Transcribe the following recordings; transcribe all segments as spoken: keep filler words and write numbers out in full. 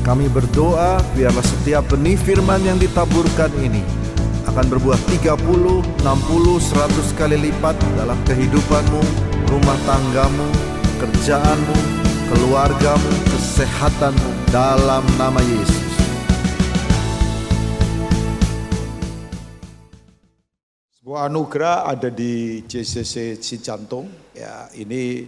Kami berdoa biarlah setiap benih firman yang ditaburkan ini akan berbuah tiga puluh, enam puluh, seratus kali lipat dalam kehidupanmu, rumah tanggamu, kerjaanmu, keluargamu, kesehatanmu dalam nama Yesus. Sebuah anugerah ada di J C C Cijantung. Ya, ini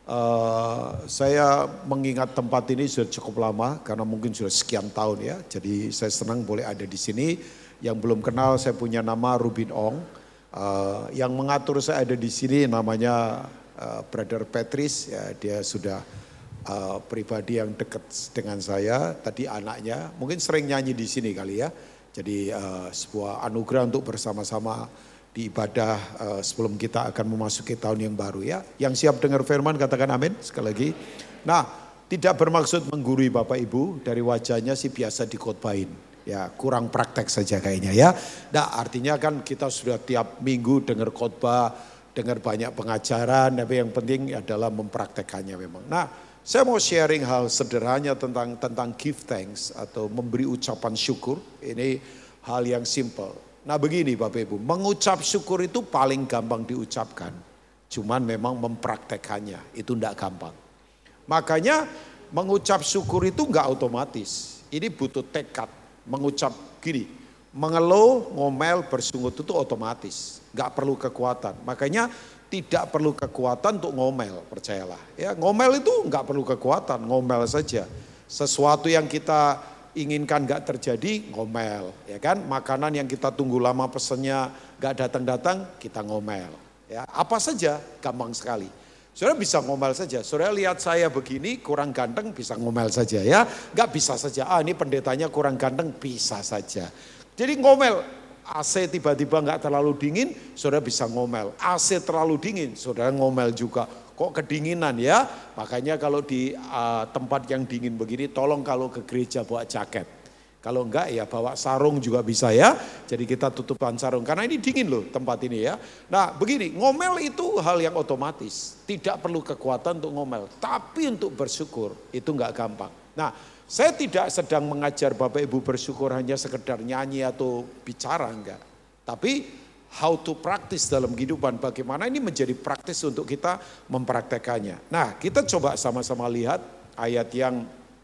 uh, saya mengingat tempat ini sudah cukup lama karena mungkin sudah sekian tahun ya. Jadi saya senang boleh ada di sini. Yang belum kenal, saya punya nama Rubin Ong. Uh, yang mengatur saya ada di sini namanya uh, Brother Patrice. Ya, dia sudah uh, pribadi yang dekat dengan saya. Tadi anaknya mungkin sering nyanyi di sini kali ya. Jadi uh, sebuah anugerah untuk bersama-sama di ibadah uh, sebelum kita akan memasuki tahun yang baru ya. Yang siap dengar firman katakan amin sekali lagi. Nah, tidak bermaksud menggurui Bapak Ibu, dari wajahnya sih biasa dikhotbahin. Ya, kurang praktek saja kayaknya ya. Nah, artinya kan kita sudah tiap minggu dengar khotbah, dengar banyak pengajaran, tapi yang penting adalah mempraktekannya memang. Nah, saya mau sharing hal sederhana tentang tentang give thanks atau memberi ucapan syukur. Ini hal yang simple. Nah begini Bapak Ibu, mengucap syukur itu paling gampang diucapkan. Cuman memang mempraktekannya itu enggak gampang. Makanya mengucap syukur itu enggak otomatis. Ini butuh tekad. Mengucap gini, mengeluh, ngomel, bersungut itu otomatis. Enggak perlu kekuatan. Makanya tidak perlu kekuatan untuk ngomel, percayalah. Ya, ngomel itu enggak perlu kekuatan, ngomel saja. Sesuatu yang kita inginkan gak terjadi, ngomel, ya kan? Makanan yang kita tunggu lama pesennya gak datang-datang, kita ngomel. Ya, apa saja, gampang sekali. Saudara bisa ngomel saja. Saudara lihat saya begini, kurang ganteng, bisa ngomel saja ya. Gak bisa saja, ah ini pendetanya kurang ganteng, bisa saja. Jadi ngomel, A C tiba-tiba gak terlalu dingin, saudara bisa ngomel. A C terlalu dingin, saudara ngomel juga. Kok kedinginan ya, makanya kalau di uh, tempat yang dingin begini tolong kalau ke gereja bawa jaket. Kalau enggak ya bawa sarung juga bisa ya, jadi kita tutupan sarung karena ini dingin loh tempat ini ya. Nah begini, ngomel itu hal yang otomatis, tidak perlu kekuatan untuk ngomel. Tapi untuk bersyukur itu enggak gampang. Nah saya tidak sedang mengajar Bapak Ibu bersyukur hanya sekedar nyanyi atau bicara enggak. Tapi how to practice dalam kehidupan, bagaimana ini menjadi praktis untuk kita mempraktekannya. Nah kita coba sama-sama lihat ayat yang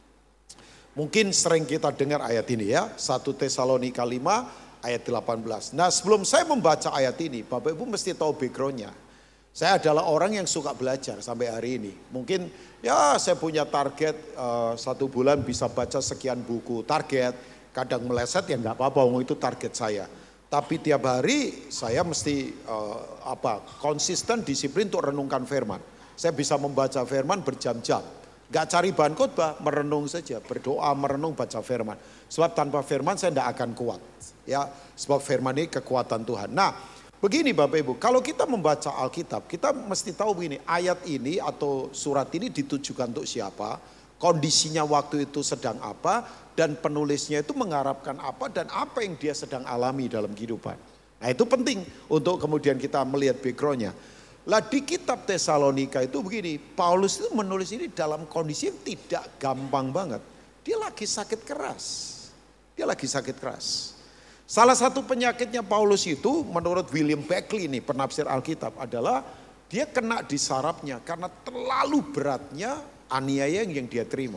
mungkin sering kita dengar ayat ini ya. satu Tesalonika lima ayat delapan belas. Nah sebelum saya membaca ayat ini, Bapak Ibu mesti tahu backgroundnya. Saya adalah orang yang suka belajar sampai hari ini. Mungkin ya saya punya target uh, satu bulan bisa baca sekian buku. Target, kadang meleset ya nggak apa-apa, itu target saya. Tapi tiap hari saya mesti uh, apa konsisten disiplin untuk renungkan firman. Saya bisa membaca firman berjam-jam. Gak cari bahan khotbah, merenung saja, berdoa, merenung, baca firman. Sebab tanpa firman saya tidak akan kuat. Ya, sebab firman ini kekuatan Tuhan. Nah, begini Bapak Ibu, kalau kita membaca Alkitab, kita mesti tahu begini, ayat ini atau surat ini ditujukan untuk siapa? Kondisinya waktu itu sedang apa, dan penulisnya itu mengharapkan apa, dan apa yang dia sedang alami dalam kehidupan. Nah itu penting untuk kemudian kita melihat backgroundnya. Lah di kitab Tesalonika itu begini, Paulus itu menulis ini dalam kondisi yang tidak gampang banget. Dia lagi sakit keras, dia lagi sakit keras. Salah satu penyakitnya Paulus itu menurut William Beckley nih penafsir Alkitab adalah dia kena di sarafnya karena terlalu beratnya aniaya yang dia terima.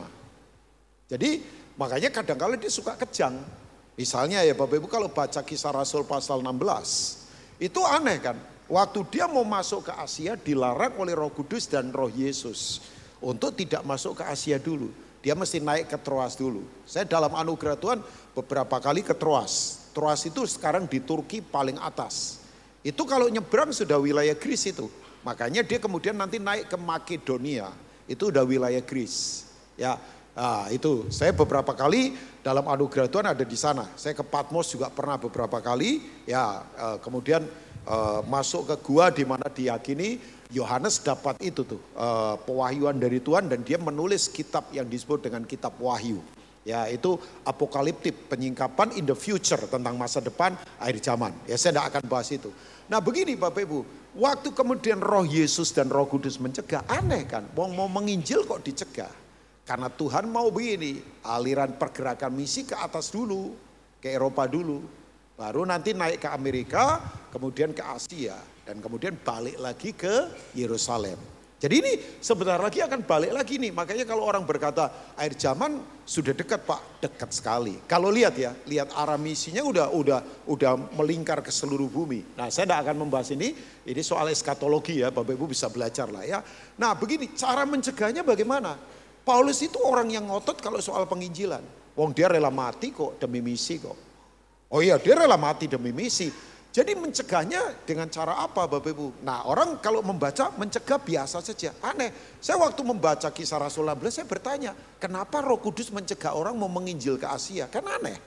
Jadi makanya kadang-kadang dia suka kejang. Misalnya ya Bapak Ibu kalau baca Kisah Rasul pasal enam belas. Itu aneh kan. Waktu dia mau masuk ke Asia dilarang oleh Roh Kudus dan Roh Yesus. Untuk tidak masuk ke Asia dulu. Dia mesti naik ke Troas dulu. Saya dalam anugerah Tuhan beberapa kali ke Troas. Troas itu sekarang di Turki paling atas. Itu kalau nyebrang sudah wilayah Greece itu. Makanya dia kemudian nanti naik ke Makedonia. Itu udah wilayah Greece. Ya, nah, itu saya beberapa kali dalam anugerah Tuhan ada di sana. Saya ke Patmos juga pernah beberapa kali. Ya, eh, kemudian eh, masuk ke gua di mana diyakini Yohanes dapat itu tuh eh, pewahyuan dari Tuhan dan dia menulis kitab yang disebut dengan kitab Wahyu. Ya, itu apokaliptik, penyingkapan in the future tentang masa depan akhir zaman. Ya, saya tidak akan bahas itu. Nah, begini Bapak Ibu. Waktu kemudian Roh Yesus dan Roh Kudus mencegah, aneh kan? Mau mau menginjil kok dicegah? Karena Tuhan mau begini, aliran pergerakan misi ke atas dulu, ke Eropa dulu. Baru nanti naik ke Amerika, kemudian ke Asia, dan kemudian balik lagi ke Yerusalem. Jadi ini sebentar lagi akan balik lagi nih. Makanya kalau orang berkata akhir zaman sudah dekat Pak, dekat sekali. Kalau lihat ya, lihat arah misinya udah udah udah melingkar ke seluruh bumi. Nah, saya tidak akan membahas ini. Ini soal eskatologi ya, Bapak Ibu bisa belajar lah ya. Nah, begini cara mencegahnya bagaimana? Paulus itu orang yang ngotot kalau soal penginjilan. Wong dia rela mati kok demi misi kok. Oh iya, dia rela mati demi misi. Jadi mencegahnya dengan cara apa Bapak Ibu? Nah, orang kalau membaca mencegah biasa saja. Aneh. Saya waktu membaca Kisah Rasul enam belas saya bertanya, kenapa Roh Kudus mencegah orang mau menginjil ke Asia? Kan aneh.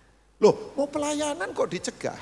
Loh, mau pelayanan kok dicegah?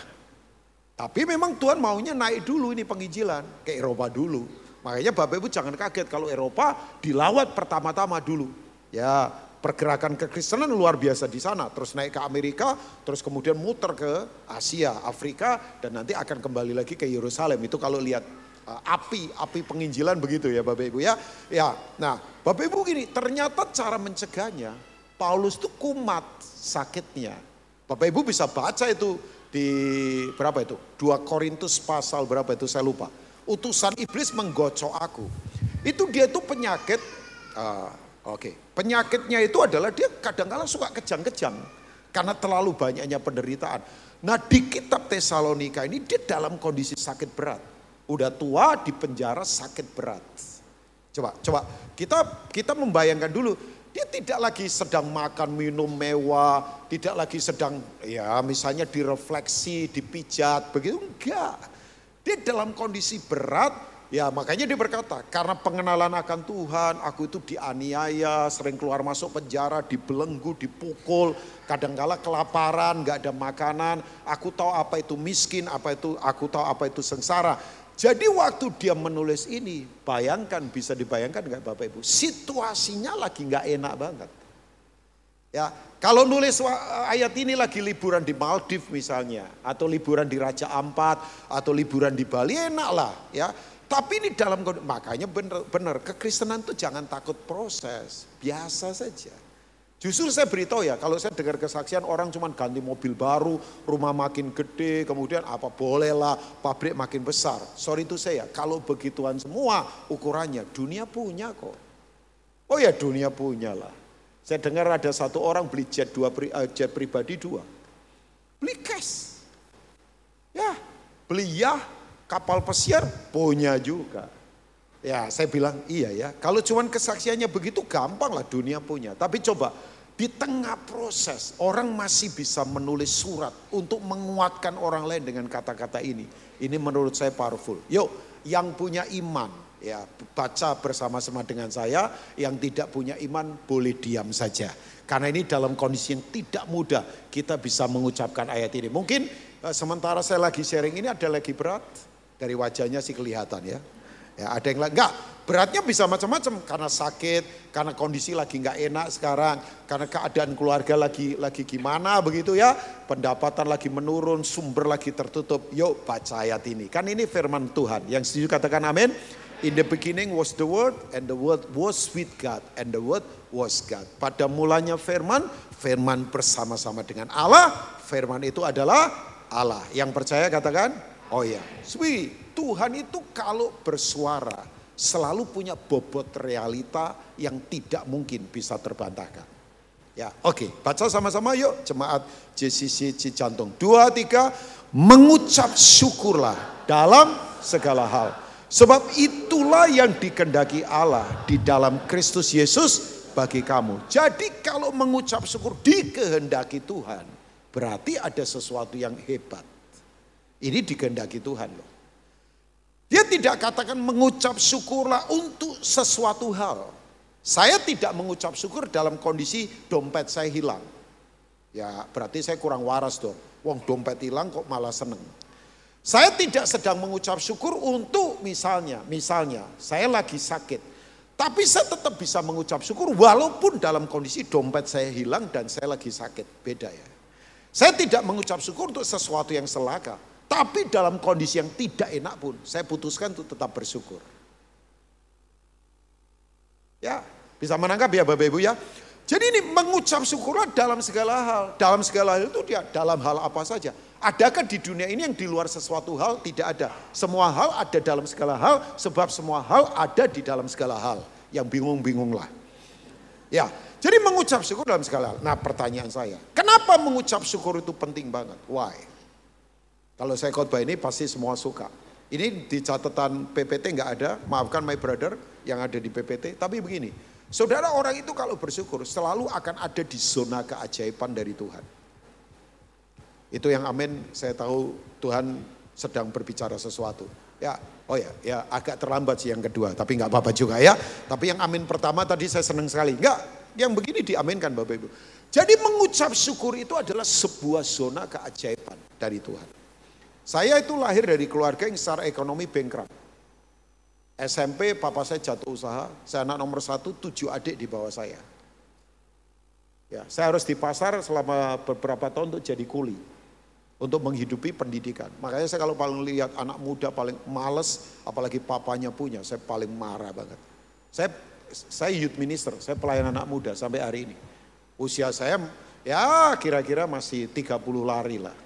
Tapi memang Tuhan maunya naik dulu ini penginjilan ke Eropa dulu. Makanya Bapak Ibu jangan kaget kalau Eropa dilawat pertama-tama dulu. Ya, pergerakan kekristenan luar biasa di sana. Terus naik ke Amerika, terus kemudian muter ke Asia, Afrika, dan nanti akan kembali lagi ke Yerusalem. Itu kalau lihat uh, api, api penginjilan begitu ya Bapak Ibu ya. Ya, nah Bapak Ibu gini, ternyata cara mencegahnya, Paulus itu kumat sakitnya. Bapak Ibu bisa baca itu di berapa itu? dua Korintus pasal berapa itu saya lupa. Utusan iblis menggocok aku. Itu dia itu penyakit, uh, oke, okay. Penyakitnya itu adalah dia kadang-kadang suka kejang-kejang. Karena terlalu banyaknya penderitaan. Nah di kitab Tesalonika ini dia dalam kondisi sakit berat. Udah tua di penjara sakit berat. Coba, coba kita kita membayangkan dulu. Dia tidak lagi sedang makan minum mewah. Tidak lagi sedang ya misalnya direfleksi, dipijat, begitu. Enggak. Dia dalam kondisi berat, ya makanya dia berkata, karena pengenalan akan Tuhan, aku itu dianiaya, sering keluar masuk penjara, dibelenggu, dipukul, kadangkala kelaparan, gak ada makanan, aku tahu apa itu miskin, apa itu aku tahu apa itu sengsara. Jadi waktu dia menulis ini, bayangkan, bisa dibayangkan gak Bapak Ibu, situasinya lagi gak enak banget. Ya, kalau nulis ayat ini lagi liburan di Maldives misalnya, atau liburan di Raja Ampat, atau liburan di Bali, enak lah ya. Tapi ini dalam, makanya benar-benar kekristenan itu jangan takut proses, biasa saja. Justru saya beritahu ya, kalau saya dengar kesaksian orang cuma ganti mobil baru, rumah makin gede, kemudian apa bolehlah pabrik makin besar. Sorry itu saya, kalau begituan semua ukurannya, dunia punya kok. Oh ya dunia punya lah. Saya dengar ada satu orang beli jet dua jet pribadi dua. Beli cash. Ya, beli ya kapal pesiar punya juga. Ya, saya bilang iya ya. Kalau cuman kesaksiannya begitu gampang lah dunia punya. Tapi coba di tengah proses orang masih bisa menulis surat untuk menguatkan orang lain dengan kata-kata ini. Ini menurut saya powerful. Yuk, yang punya iman. Ya, baca bersama-sama dengan saya. Yang tidak punya iman boleh diam saja. Karena ini dalam kondisi yang tidak mudah kita bisa mengucapkan ayat ini. Mungkin eh, sementara saya lagi sharing ini ada lagi berat. Dari wajahnya sih kelihatan ya. Ya ada yang enggak, beratnya bisa macam-macam. Karena sakit, karena kondisi lagi enggak enak sekarang. Karena keadaan keluarga lagi lagi gimana begitu ya. Pendapatan lagi menurun, sumber lagi tertutup. Yuk baca ayat ini. Kan ini firman Tuhan. Yang setuju katakan amin. In the beginning was the word, and the word was with God, and the word was God. Pada mulanya firman, firman bersama-sama dengan Allah, firman itu adalah Allah. Yang percaya katakan, oh ya. Sweet, Tuhan itu kalau bersuara selalu punya bobot realita yang tidak mungkin bisa terbantahkan. Ya, oke, okay. Baca sama-sama yuk jemaat J C C Cijantung. Dua, tiga, mengucap syukurlah dalam segala hal. Sebab itulah yang dikehendaki Allah di dalam Kristus Yesus bagi kamu. Jadi kalau mengucap syukur dikehendaki Tuhan, berarti ada sesuatu yang hebat. Ini dikehendaki Tuhan loh. Dia tidak katakan mengucap syukurlah untuk sesuatu hal. Saya tidak mengucap syukur dalam kondisi dompet saya hilang. Ya berarti saya kurang waras dong. Wong dompet hilang kok malah seneng. Saya tidak sedang mengucap syukur untuk misalnya, misalnya saya lagi sakit. Tapi saya tetap bisa mengucap syukur walaupun dalam kondisi dompet saya hilang dan saya lagi sakit. Beda ya. Saya tidak mengucap syukur untuk sesuatu yang selaka. Tapi dalam kondisi yang tidak enak pun saya putuskan untuk tetap bersyukur. Ya, Bisa menangkap ya Bapak Ibu ya? Jadi ini mengucap syukurlah dalam segala hal. Dalam segala hal itu dia dalam hal apa saja. Adakah di dunia ini yang di luar sesuatu hal? Tidak ada. Semua hal ada dalam segala hal. Sebab semua hal ada di dalam segala hal. Yang bingung-bingunglah. Ya, jadi mengucap syukur dalam segala hal. Nah pertanyaan saya, kenapa mengucap syukur itu penting banget? Why? Kalau saya khotbah ini pasti semua suka. Ini di catatan P P T nggak ada. Maafkan my brother yang ada di P P T. Tapi begini. Saudara, orang itu kalau bersyukur selalu akan ada di zona keajaiban dari Tuhan. Itu yang amin, saya tahu Tuhan sedang berbicara sesuatu. Ya, oh ya, ya agak terlambat sih yang kedua, tapi nggak apa-apa juga ya. Tapi yang amin pertama tadi saya senang sekali. Enggak, yang begini diaminkan Bapak Ibu. Jadi mengucap syukur itu adalah sebuah zona keajaiban dari Tuhan. Saya itu lahir dari keluarga yang secara ekonomi bankrupt. S M P papa saya jatuh usaha, saya anak nomor satu, tujuh adik di bawah saya. Ya, saya harus di pasar selama beberapa tahun untuk jadi kuli, untuk menghidupi pendidikan. Makanya saya kalau paling lihat anak muda paling males, apalagi papanya punya, saya paling marah banget. Saya saya youth minister, saya pelayan anak muda sampai hari ini. Usia saya ya kira-kira masih tiga puluh lari lah.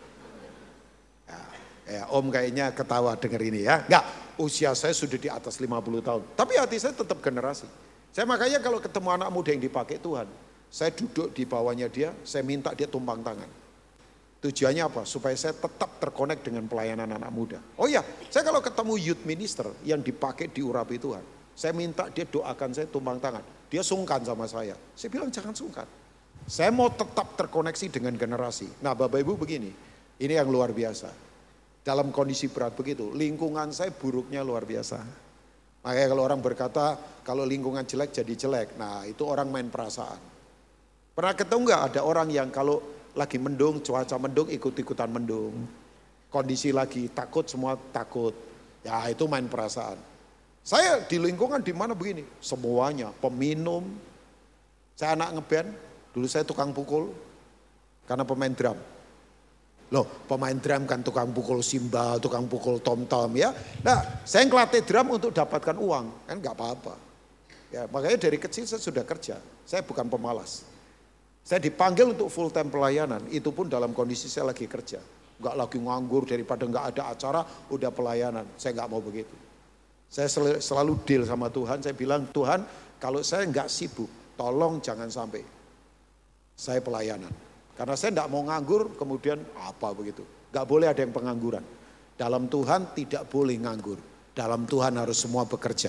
Ya, ya, Om kayaknya ketawa denger ini ya. Enggak. Usia saya sudah di atas lima puluh tahun. Tapi hati saya tetap generasi. Saya makanya kalau ketemu anak muda yang dipakai Tuhan, saya duduk di bawahnya dia, saya minta dia tumpang tangan. Tujuannya apa? Supaya saya tetap terkonek dengan pelayanan anak muda. Oh iya, saya kalau ketemu youth minister yang dipakai diurapi Tuhan, saya minta dia doakan saya tumpang tangan. Dia sungkan sama saya. Saya bilang jangan sungkan. Saya mau tetap terkoneksi dengan generasi. Nah Bapak Ibu begini, ini yang luar biasa. Dalam kondisi berat begitu, lingkungan saya buruknya luar biasa. Makanya kalau orang berkata, kalau lingkungan jelek jadi jelek. Nah itu orang main perasaan. Pernah ketemu nggak ada orang yang kalau lagi mendung, cuaca mendung, ikut-ikutan mendung. Kondisi lagi takut, semua takut. Ya itu main perasaan. Saya di lingkungan di mana begini, semuanya peminum. Saya anak ngeband, dulu saya tukang pukul, karena pemain drum. Loh pemain drum kan tukang pukul simbal, tukang pukul tom-tom ya. Nah saya ngelatih drum untuk dapatkan uang, kan gak apa-apa. Ya, makanya dari kecil saya sudah kerja, saya bukan pemalas. Saya dipanggil untuk full time pelayanan, itu pun dalam kondisi saya lagi kerja. Gak lagi nganggur daripada gak ada acara, udah pelayanan, saya gak mau begitu. Saya sel selalu deal sama Tuhan, saya bilang Tuhan kalau saya gak sibuk, tolong jangan sampai saya pelayanan. Karena saya tidak mau nganggur, kemudian apa begitu. Gak boleh ada yang pengangguran. Dalam Tuhan tidak boleh nganggur. Dalam Tuhan harus semua bekerja.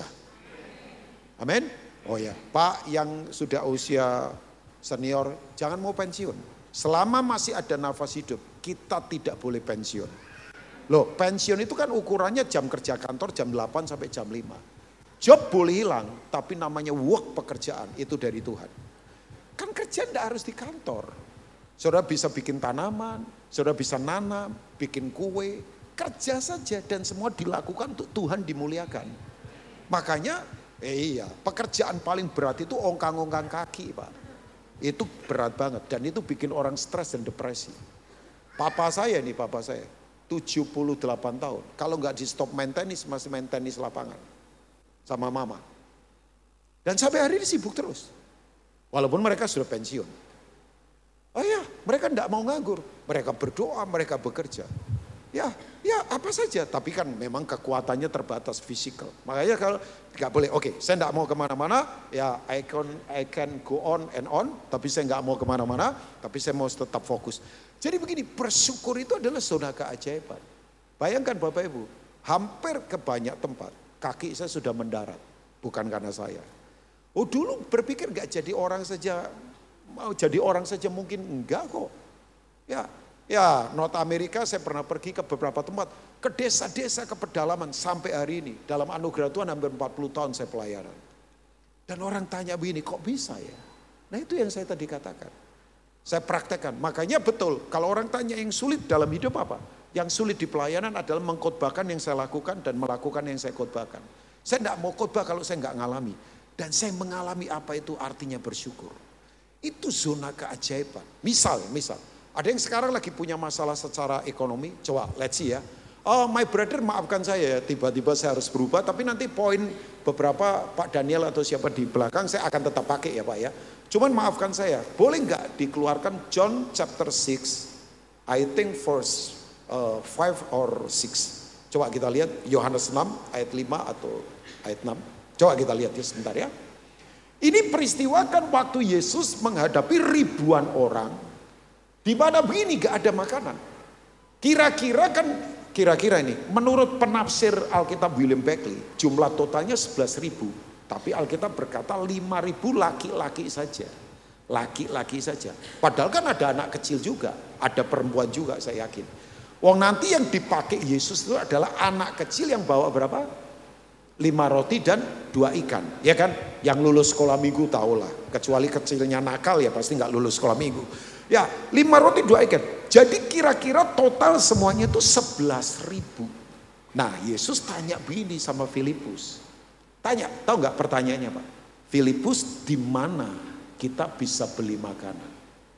Amin. Oh ya, Pak yang sudah usia senior, jangan mau pensiun. Selama masih ada nafas hidup, kita tidak boleh pensiun. Loh, pensiun itu kan ukurannya jam kerja kantor jam delapan sampai jam lima. Job boleh hilang, tapi namanya work pekerjaan, itu dari Tuhan. Kan kerja tidak harus di kantor. Saudara bisa bikin tanaman, saudara bisa nanam, bikin kue, kerja saja dan semua dilakukan untuk Tuhan dimuliakan. Makanya, eh iya, pekerjaan paling berat itu ongkang-ongkang kaki Pak. Itu berat banget dan itu bikin orang stres dan depresi. Papa saya nih, papa saya, tujuh puluh delapan tahun. Kalau nggak di stop main tenis, masih main tenis lapangan. Sama mama. Dan sampai hari ini sibuk terus. Walaupun mereka sudah pensiun. Oh ya, mereka tidak mau nganggur. Mereka berdoa, mereka bekerja. Ya, ya apa saja. Tapi kan memang kekuatannya terbatas fisikal. Makanya kalau nggak boleh, oke, okay, saya nggak mau kemana-mana. Ya, I can, I can go on and on. Tapi saya nggak mau kemana-mana. Tapi saya mau tetap fokus. Jadi begini, bersyukur itu adalah zona keajaiban. Bayangkan Bapak Ibu, hampir ke banyak tempat. Kaki saya sudah mendarat. Bukan karena saya. Oh dulu berpikir nggak jadi orang saja. Mau jadi orang saja mungkin enggak kok. Ya, ya North Amerika saya pernah pergi ke beberapa tempat. Ke desa-desa, ke pedalaman sampai hari ini. Dalam anugerah Tuhan hampir empat puluh tahun saya pelayanan. Dan orang tanya begini, kok bisa ya? Nah itu yang saya tadi katakan. Saya praktekkan. Makanya betul, kalau orang tanya yang sulit dalam hidup apa? Yang sulit di pelayanan adalah mengkhotbahkan yang saya lakukan dan melakukan yang saya khotbahkan. Saya tidak mau khotbah kalau saya nggak ngalami. Dan saya mengalami apa itu artinya bersyukur. Itu zona keajaiban. Misal, misal, ada yang sekarang lagi punya masalah secara ekonomi. Coba, let's see ya. Oh my brother maafkan saya, tiba-tiba saya harus berubah, tapi nanti poin beberapa Pak Daniel atau siapa di belakang saya akan tetap pakai ya Pak ya. Cuman maafkan saya, boleh nggak dikeluarkan John chapter six, I think verse uh, five or six. Coba kita lihat Yohanes enam ayat lima atau ayat enam. Coba kita lihat ya sebentar ya. Ini peristiwa kan waktu Yesus menghadapi ribuan orang, di mana begini gak ada makanan. Kira-kira kan Kira-kira ini, menurut penafsir Alkitab William Beckley, jumlah totalnya sebelas ribu. Tapi Alkitab berkata lima ribu laki-laki saja. Laki-laki saja. Padahal kan ada anak kecil juga, ada perempuan juga saya yakin. Wong nanti yang dipakai Yesus itu adalah anak kecil yang bawa berapa? Lima roti dan dua ikan. Ya kan? Yang lulus sekolah minggu tahulah. Kecuali kecilnya nakal ya pasti nggak lulus sekolah minggu. Ya, lima roti dua ikan. Jadi kira-kira total semuanya itu sebelas ribu. Nah, Yesus tanya begini sama Filipus. Tanya, tahu nggak pertanyaannya Pak? Filipus, di mana kita bisa beli makanan?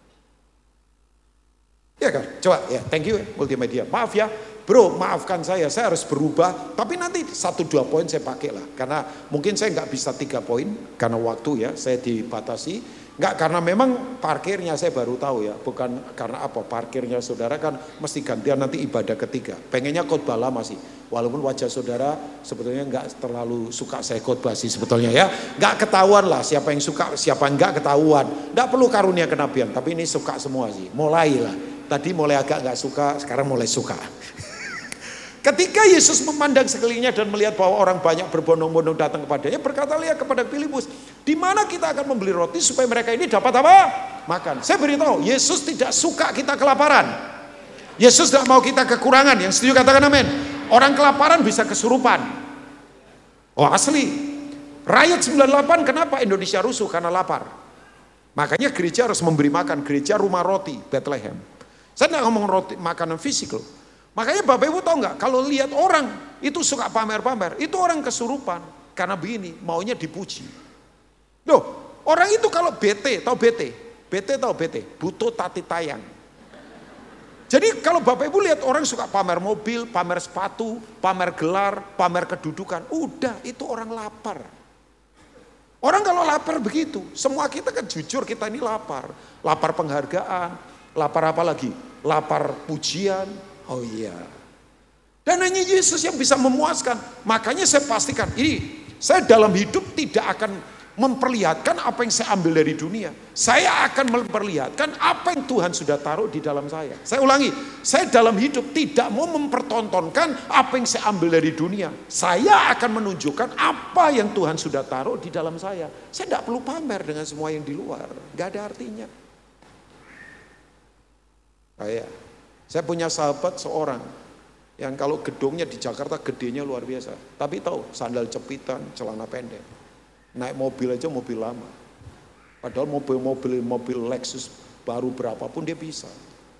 Ya kan? Coba ya, thank you ya, multimedia. Maaf ya, bro, maafkan saya, saya harus berubah. Tapi nanti satu dua poin saya pakai lah. Karena mungkin saya nggak bisa tiga poin karena waktu ya, saya dibatasi. Enggak, karena memang parkirnya saya baru tahu ya, bukan karena apa, parkirnya saudara kan mesti gantian nanti ibadah ketiga. Pengennya khotbah lama sih, walaupun wajah saudara sebetulnya enggak terlalu suka saya khotbah sih sebetulnya ya. Enggak ketahuan lah siapa yang suka, siapa yang enggak ketahuan. Enggak perlu karunia kenabian, tapi ini suka semua sih, mulailah. Tadi mulai agak enggak suka, sekarang mulai suka. Ketika Yesus memandang sekelilingnya dan melihat bahwa orang banyak berbondong-bondong datang kepadanya, berkata lihat kepada Filipus, di mana kita akan membeli roti supaya mereka ini dapat apa? Makan. Saya beritahu, Yesus tidak suka kita kelaparan. Yesus tidak mau kita kekurangan. Yang setuju katakan amin. Orang kelaparan bisa kesurupan. Oh asli. Rakyat sembilan puluh delapan kenapa Indonesia rusuh? Karena lapar. Makanya gereja harus memberi makan. Gereja rumah roti Bethlehem. Saya tidak ngomong roti makanan fisik loh. Makanya Bapak Ibu tahu nggak, kalau lihat orang itu suka pamer-pamer, itu orang kesurupan. Karena begini, maunya dipuji. Loh, orang itu kalau bete, tahu bete? Bete tahu bete? Butuh tati tayang. Jadi kalau Bapak Ibu lihat orang suka pamer mobil, pamer sepatu, pamer gelar, pamer kedudukan, udah itu orang lapar. Orang kalau lapar begitu, semua kita kan jujur kita ini lapar. Lapar penghargaan, lapar apa lagi? Lapar pujian. Oh iya. Dan hanya Yesus yang bisa memuaskan. Makanya saya pastikan, ini saya dalam hidup tidak akan memperlihatkan apa yang saya ambil dari dunia. Saya akan memperlihatkan apa yang Tuhan sudah taruh di dalam saya. Saya ulangi, saya dalam hidup tidak mau mempertontonkan apa yang saya ambil dari dunia. Saya akan menunjukkan apa yang Tuhan sudah taruh di dalam saya. Saya tidak perlu pamer dengan semua yang di luar. Gak ada artinya. Kayak saya punya sahabat seorang yang kalau gedungnya di Jakarta gedenya luar biasa. Tapi tahu sandal jepitan, celana pendek. Naik mobil aja mobil lama. Padahal mobil-mobil mobil Lexus baru berapapun dia bisa.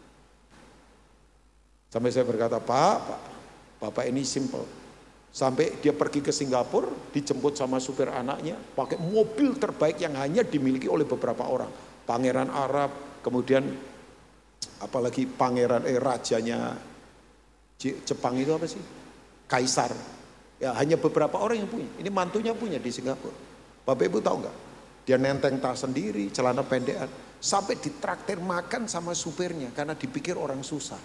Sampai saya berkata, Pak, Pak, Bapak ini simple. Sampai dia pergi ke Singapura, dijemput sama supir anaknya, pakai mobil terbaik yang hanya dimiliki oleh beberapa orang. Pangeran Arab, kemudian apalagi pangeran eh rajanya Jepang itu apa sih? Kaisar. Ya hanya beberapa orang yang punya. Ini mantunya punya di Singapura. Bapak Ibu tahu nggak? Dia nenteng tas sendiri, celana pendekan, sampai ditraktir makan sama supirnya karena dipikir orang susah.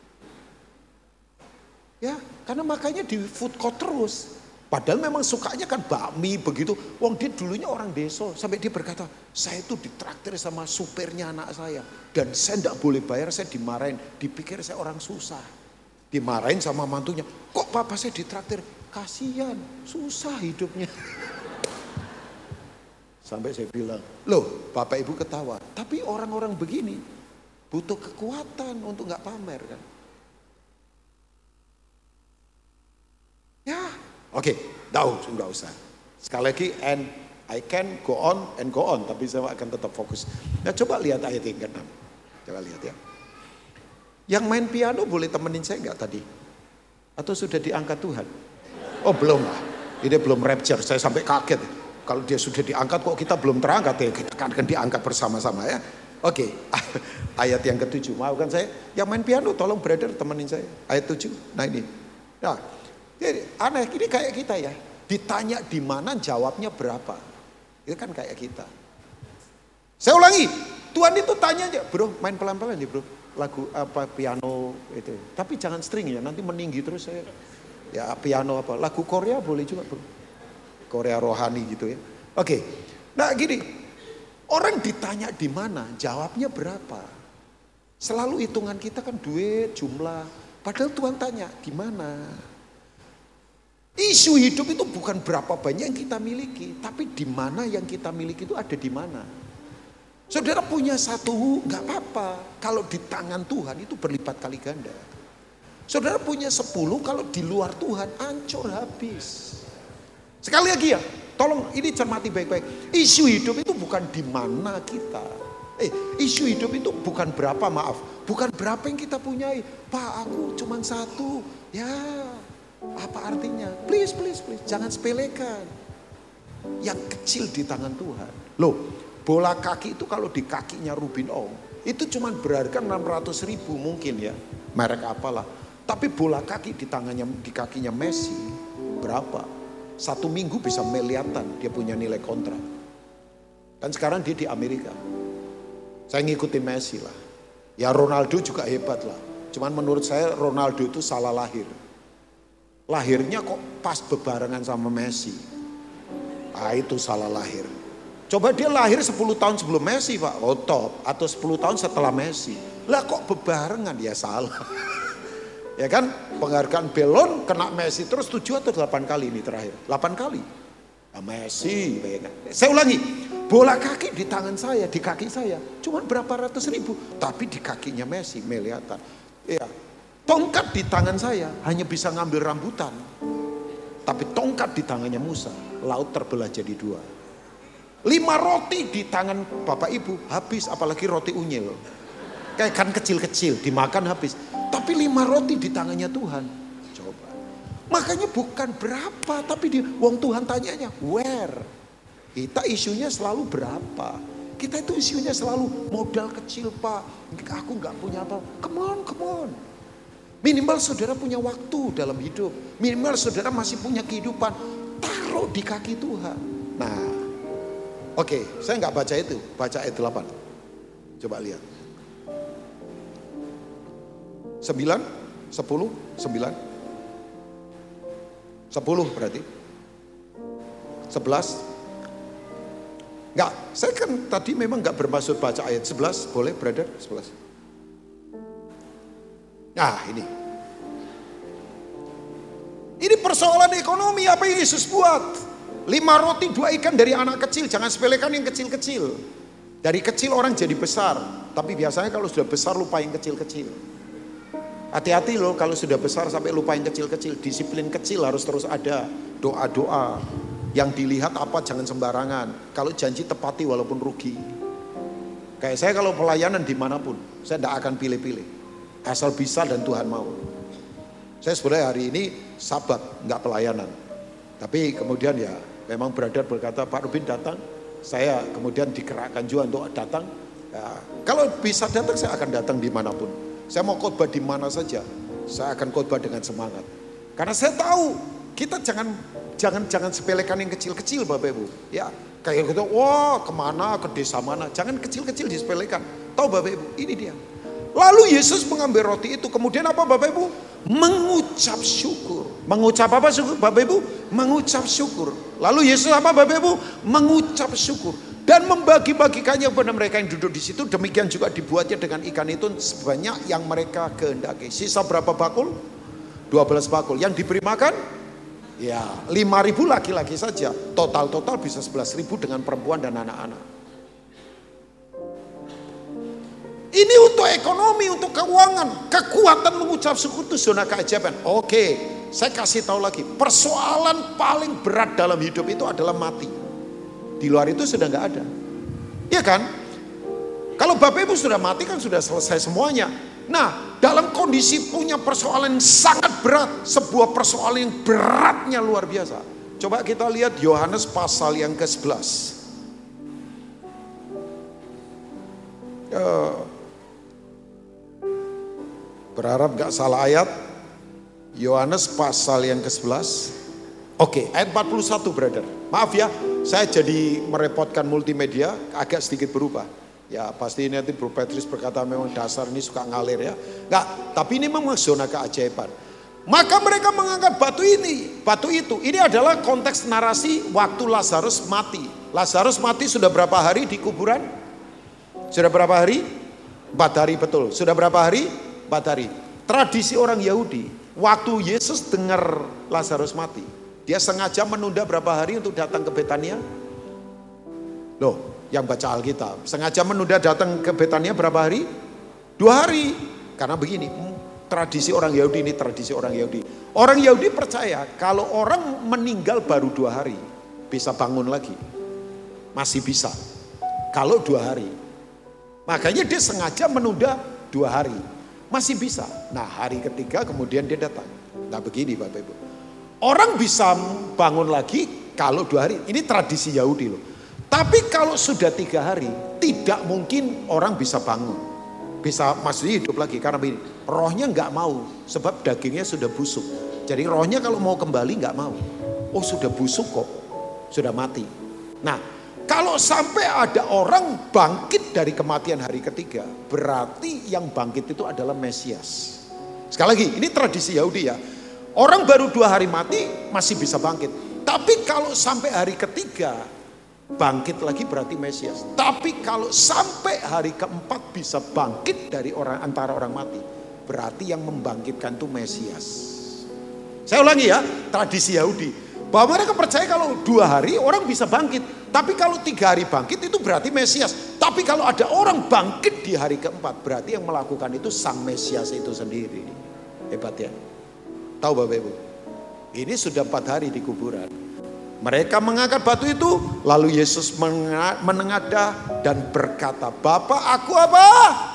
Ya, karena makanya di food court terus. Padahal memang sukanya kan bakmi begitu. Wong dia dulunya orang desa. Sampai dia berkata, saya itu ditraktir sama supirnya anak saya. Dan saya tidak boleh bayar, saya dimarahin. Dipikir saya orang susah. Dimarahin sama mantunya. Kok papa saya ditraktir? Kasihan, susah hidupnya. Sampai saya bilang, loh Bapak Ibu ketawa. Tapi orang-orang begini butuh kekuatan untuk gak pamer kan. Ya. Oke, okay, tahu, enggak usah. Sekali lagi, and I can go on and go on, tapi saya akan tetap fokus. Nah, coba lihat ayat yang keenam. Coba lihat ya. Yang main piano boleh temenin saya enggak tadi? Atau sudah diangkat Tuhan? Oh, belum lah. Ini belum rapture, saya sampai kaget. Kalau dia sudah diangkat kok kita belum terangkat ya, kita akan diangkat bersama-sama ya. Oke, okay. Ayat yang ketujuh, maafkan saya. Yang main piano tolong brother temenin saya. Ayat tujuh, nah ini. Nah, jadi aneh, ini kayak kita ya. Ditanya di mana, jawabnya berapa. Itu kan kayak kita. Saya ulangi, Tuhan itu tanya aja, bro main pelan-pelan nih bro. Lagu apa, piano itu. Tapi jangan string ya, nanti meninggi terus saya. Ya piano apa, lagu Korea boleh juga bro. Korea rohani gitu ya. Oke, nah gini, orang ditanya di mana, jawabnya berapa. Selalu hitungan kita kan duit, jumlah. Padahal Tuhan tanya, di mana? Isu hidup itu bukan berapa banyak yang kita miliki, tapi di mana yang kita miliki itu ada di mana. Saudara punya satu, nggak apa-apa. Kalau di tangan Tuhan itu berlipat kali ganda. Saudara punya sepuluh, kalau di luar Tuhan hancur habis. Sekali lagi ya, tolong ini cermati baik-baik. Isu hidup itu bukan di mana kita. Eh, isu hidup itu bukan berapa, maaf. Bukan berapa yang kita punyai. Pak, aku cuma satu. Ya, apa artinya? Please, please, please. Jangan sepelekan. Yang kecil di tangan Tuhan. Loh, bola kaki itu kalau di kakinya Rubin Ong, itu cuma berharga enam ratus ribu mungkin ya. Merek apalah. Tapi bola kaki di tangannya, di kakinya Messi, berapa? Satu minggu bisa miliaran dia punya nilai kontrak. Dan sekarang dia di Amerika. Saya ngikutin Messi lah. Ya Ronaldo juga hebat lah. Cuman menurut saya Ronaldo itu salah lahir. Lahirnya kok pas bebarengan sama Messi. Ah itu salah lahir. Coba dia lahir sepuluh tahun sebelum Messi Pak. Oh top. Atau sepuluh tahun setelah Messi. Lah kok bebarengan, ya salah. Ya kan, penghargaan Ballon kena Messi terus tujuh atau delapan kali ini terakhir. delapan kali. Nah, Messi. Saya ulangi, bola kaki di tangan saya, di kaki saya. Cuma berapa ratus ribu. Tapi di kakinya Messi, miliaran. Ya, tongkat di tangan saya hanya bisa ngambil rambutan. Tapi tongkat di tangannya Musa, laut terbelah jadi dua. Lima roti di tangan Bapak Ibu, habis, apalagi roti unyil. Kayak kan kecil-kecil, dimakan habis. Tapi lima roti di tangannya Tuhan. Coba. Makanya bukan berapa, tapi di wong Tuhan tanyanya where. Kita isunya selalu berapa. Kita itu isunya selalu modal kecil Pak. Aku gak punya apa. Come on, come on. Minimal saudara punya waktu dalam hidup. Minimal saudara masih punya kehidupan. Taruh di kaki Tuhan. Nah, oke, okay, saya gak baca itu. Baca ayat delapan. Coba lihat. Sembilan, sepuluh, sembilan, sepuluh berarti, sebelas. Enggak, saya kan tadi memang enggak bermaksud baca ayat sebelas, boleh brother, sebelas. Nah ini, ini persoalan ekonomi apa yang Yesus buat. Lima roti dua ikan dari anak kecil, jangan sepelekan yang kecil-kecil. Dari kecil orang jadi besar, tapi biasanya kalau sudah besar lupa yang kecil-kecil. Hati-hati loh kalau sudah besar sampai lupa yang kecil-kecil. Disiplin kecil harus terus ada. Doa-doa. Yang dilihat apa jangan sembarangan. Kalau janji tepati walaupun rugi. Kayak saya kalau pelayanan dimanapun. Saya tidak akan pilih-pilih. Asal bisa dan Tuhan mau. Saya sebenarnya hari ini sabat. Enggak pelayanan. Tapi kemudian ya memang brother berkata Pak Rubin datang. Saya kemudian digerakkan juga untuk datang. Ya, kalau bisa datang saya akan datang dimanapun. Saya mau khotbah di mana saja, saya akan khotbah dengan semangat. Karena saya tahu kita jangan jangan jangan sepelekan yang kecil-kecil Bapak Ibu. Ya kayak gitu, wah kemana ke desa mana? Jangan kecil-kecil disepelekan. Tahu Bapak Ibu, ini dia. Lalu Yesus mengambil roti itu, kemudian apa Bapak Ibu? Mengucap syukur. Mengucap apa syukur Bapak Ibu? Mengucap syukur. Lalu Yesus apa Bapak Ibu? Mengucap syukur. Dan membagi-bagikannya kepada mereka yang duduk di situ. Demikian juga dibuatnya dengan ikan itu sebanyak yang mereka kehendaki. Sisa berapa bakul? dua belas bakul. Yang diberi makan? Ya lima ribu laki-laki saja. Total-total bisa sebelas ribu dengan perempuan dan anak-anak. Ini untuk ekonomi, untuk keuangan. Kekuatan mengucap syukur itu zona keajaiban. Oke, saya kasih tahu lagi. Persoalan paling berat dalam hidup itu adalah mati. Di luar itu sudah nggak ada. Iya kan? Kalau Bapak Ibu sudah mati kan sudah selesai semuanya. Nah, dalam kondisi punya persoalan yang sangat berat. Sebuah persoalan yang beratnya luar biasa. Coba kita lihat Yohanes pasal yang ke sebelas. Uh, berharap gak salah ayat. Yohanes pasal yang kesebelas. Oke, ayat empat puluh satu, brother. Maaf ya, saya jadi merepotkan multimedia, agak sedikit berubah. Ya pasti nanti Bro Patrice berkata memang dasar ini suka ngalir ya. Enggak, tapi ini memang zona keajaiban. Maka mereka mengangkat batu ini, batu itu. Ini adalah konteks narasi waktu Lazarus mati. Lazarus mati sudah berapa hari di kuburan? Sudah berapa hari? Empat hari, betul. Sudah berapa hari? Empat hari. Tradisi orang Yahudi, waktu Yesus dengar Lazarus mati, dia sengaja menunda berapa hari untuk datang ke Betania? Loh, yang baca Alkitab sengaja menunda datang ke Betania berapa hari? Dua hari. Karena begini, tradisi orang Yahudi ini tradisi orang Yahudi. Orang Yahudi percaya kalau orang meninggal baru dua hari bisa bangun lagi, masih bisa. Kalau dua hari, makanya dia sengaja menunda dua hari, masih bisa. Nah hari ketiga kemudian dia datang. Nah begini Bapak Ibu, orang bisa bangun lagi kalau dua hari. Ini tradisi Yahudi loh. Tapi kalau sudah tiga hari, tidak mungkin orang bisa bangun. Bisa maksudnya hidup lagi. Karena begini, rohnya nggak mau. Sebab dagingnya sudah busuk. Jadi rohnya kalau mau kembali nggak mau. Oh sudah busuk kok. Sudah mati. Nah kalau sampai ada orang bangkit dari kematian hari ketiga, berarti yang bangkit itu adalah Mesias. Sekali lagi, ini tradisi Yahudi ya. Orang baru dua hari mati masih bisa bangkit. Tapi kalau sampai hari ketiga, bangkit lagi berarti Mesias. Tapi kalau sampai hari keempat bisa bangkit dari orang antara orang mati, berarti yang membangkitkan itu Mesias. Saya ulangi ya, tradisi Yahudi, bahwa mereka percaya kalau dua hari orang bisa bangkit, tapi kalau tiga hari bangkit itu berarti Mesias. Tapi kalau ada orang bangkit di hari keempat, berarti yang melakukan itu sang Mesias itu sendiri. Hebat ya. Tahu Bapak Ibu, ini sudah empat hari di kuburan. Mereka mengangkat batu itu, lalu Yesus menengadah dan berkata, Bapak aku apa?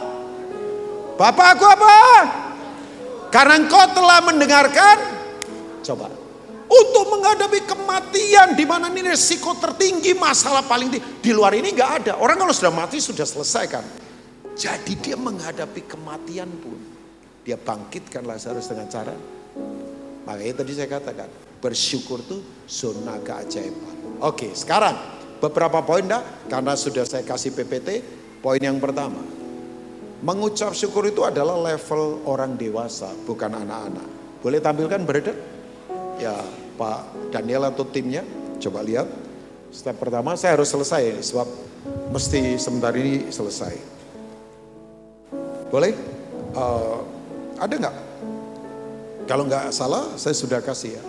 Bapak aku apa? Karena engkau telah mendengarkan, coba, untuk menghadapi kematian di mana ini risiko tertinggi, masalah paling tinggi. Di luar ini nggak ada. Orang kalau sudah mati sudah selesai kan. Jadi dia menghadapi kematian pun, dia bangkitkan Lazarus dengan cara, makanya tadi saya katakan, bersyukur tuh zona keajaiban. Oke, sekarang beberapa poin dah, karena sudah saya kasih P P T. Poin yang pertama, mengucap syukur itu adalah level orang dewasa, bukan anak-anak. Boleh tampilkan brother? Ya Pak Daniel atau timnya, coba lihat. Step pertama saya harus selesai, sebab mesti sebentar ini selesai. Boleh? Uh, ada nggak? Kalau nggak salah, saya sudah kasih ya.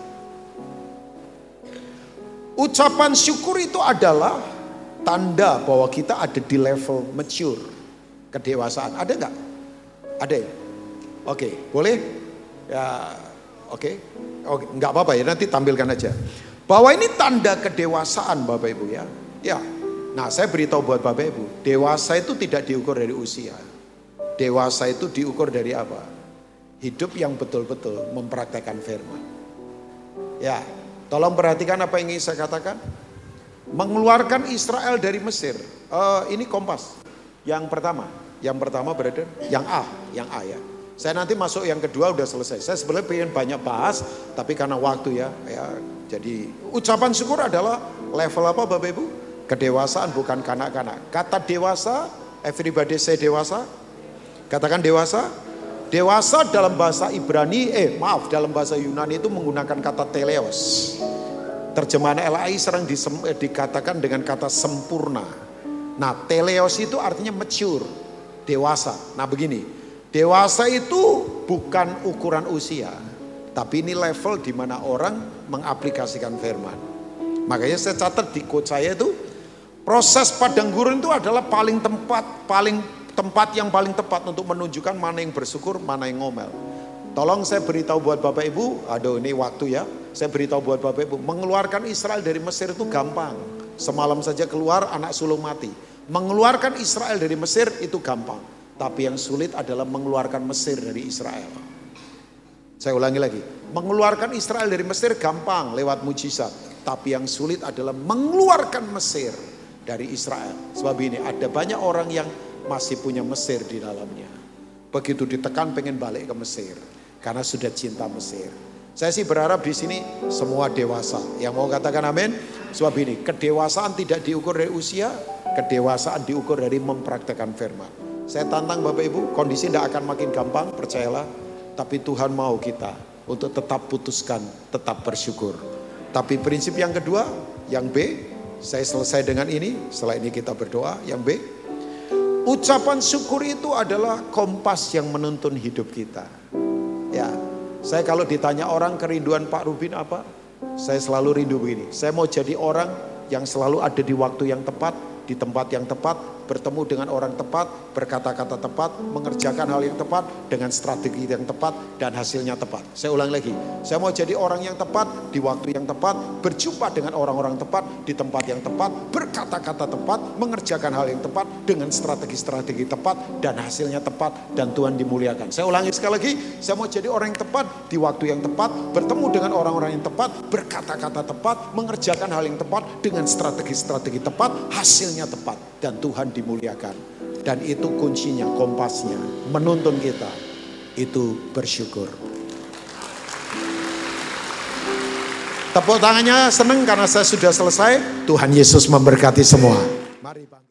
Ucapan syukur itu adalah tanda bahwa kita ada di level mature, kedewasaan. Ada nggak? Ada ya? Oke, boleh? Ya, oke. Oke, nggak apa-apa ya, nanti tampilkan aja. Bahwa ini tanda kedewasaan Bapak Ibu ya. Ya, nah saya beritahu buat Bapak Ibu, dewasa itu tidak diukur dari usia. Dewasa itu diukur dari apa? Hidup yang betul-betul mempraktekkan firman. Ya. Tolong perhatikan apa yang ingin saya katakan. Mengeluarkan Israel dari Mesir. Uh, ini Kompas. Yang pertama. Yang pertama brother. Yang A. Yang A ya. Saya nanti masuk yang kedua udah selesai. Saya sebenarnya pengen banyak bahas. Tapi karena waktu ya. ya jadi ucapan syukur adalah level apa Bapak Ibu? Kedewasaan bukan kanak-kanak. Kata dewasa. Everybody say dewasa. Katakan dewasa. Dewasa dalam bahasa Ibrani, eh maaf dalam bahasa Yunani itu menggunakan kata teleos. Terjemahan L A I sering disem, eh, dikatakan dengan kata sempurna. Nah teleos itu artinya mature, dewasa. Nah begini, dewasa itu bukan ukuran usia. Tapi ini level di mana orang mengaplikasikan firman. Makanya saya catat di quote saya itu, proses padang gurun itu adalah paling tempat, paling tempat yang paling tepat untuk menunjukkan mana yang bersyukur, mana yang ngomel. Tolong saya beritahu buat Bapak Ibu, aduh ini waktu ya, saya beritahu buat Bapak Ibu, mengeluarkan Israel dari Mesir itu gampang. Semalam saja keluar anak sulung mati. Mengeluarkan Israel dari Mesir itu gampang. Tapi yang sulit adalah mengeluarkan Mesir dari Israel. Saya ulangi lagi, mengeluarkan Israel dari Mesir gampang lewat mujizat. Tapi yang sulit adalah mengeluarkan Mesir dari Israel. Sebab ini ada banyak orang yang masih punya Mesir di dalamnya. Begitu ditekan pengen balik ke Mesir. karena sudah cinta Mesir. Saya sih berharap di sini semua dewasa. Yang mau katakan amin? Sebab ini, kedewasaan tidak diukur dari usia, kedewasaan diukur dari mempraktekkan firman. Saya tantang Bapak Ibu, kondisi tidak akan makin gampang, percayalah. Tapi Tuhan mau kita untuk tetap putuskan, tetap bersyukur. Tapi prinsip yang kedua, yang B, saya selesai dengan ini, setelah ini kita berdoa. Yang B, ucapan syukur itu adalah kompas yang menuntun hidup kita. Ya, saya kalau ditanya orang kerinduan Pak Rubin apa? Saya selalu rindu begini. Saya mau jadi orang yang selalu ada di waktu yang tepat, di tempat yang tepat, bertemu dengan orang tepat, berkata-kata tepat, mengerjakan hal yang tepat, dengan strategi yang tepat, dan hasilnya tepat. Saya ulang lagi, saya mau jadi orang yang tepat, di waktu yang tepat, berjumpa dengan orang-orang tepat, di tempat yang tepat, berkata-kata tepat, mengerjakan hal yang tepat, dengan strategi-strategi tepat, dan hasilnya tepat, dan Tuhan dimuliakan. Saya ulangi sekali lagi, saya mau jadi orang yang tepat, di waktu yang tepat, bertemu dengan orang-orang yang tepat, berkata-kata tepat, mengerjakan hal yang tepat, dengan strategi-strategi tepat, hasilnya tepat, dan Tuhan dimuliakan. Dan itu kuncinya, kompasnya, menuntun kita, itu bersyukur. Tepuk tangannya senang karena saya sudah selesai. Tuhan Yesus memberkati semua. Mari Bang.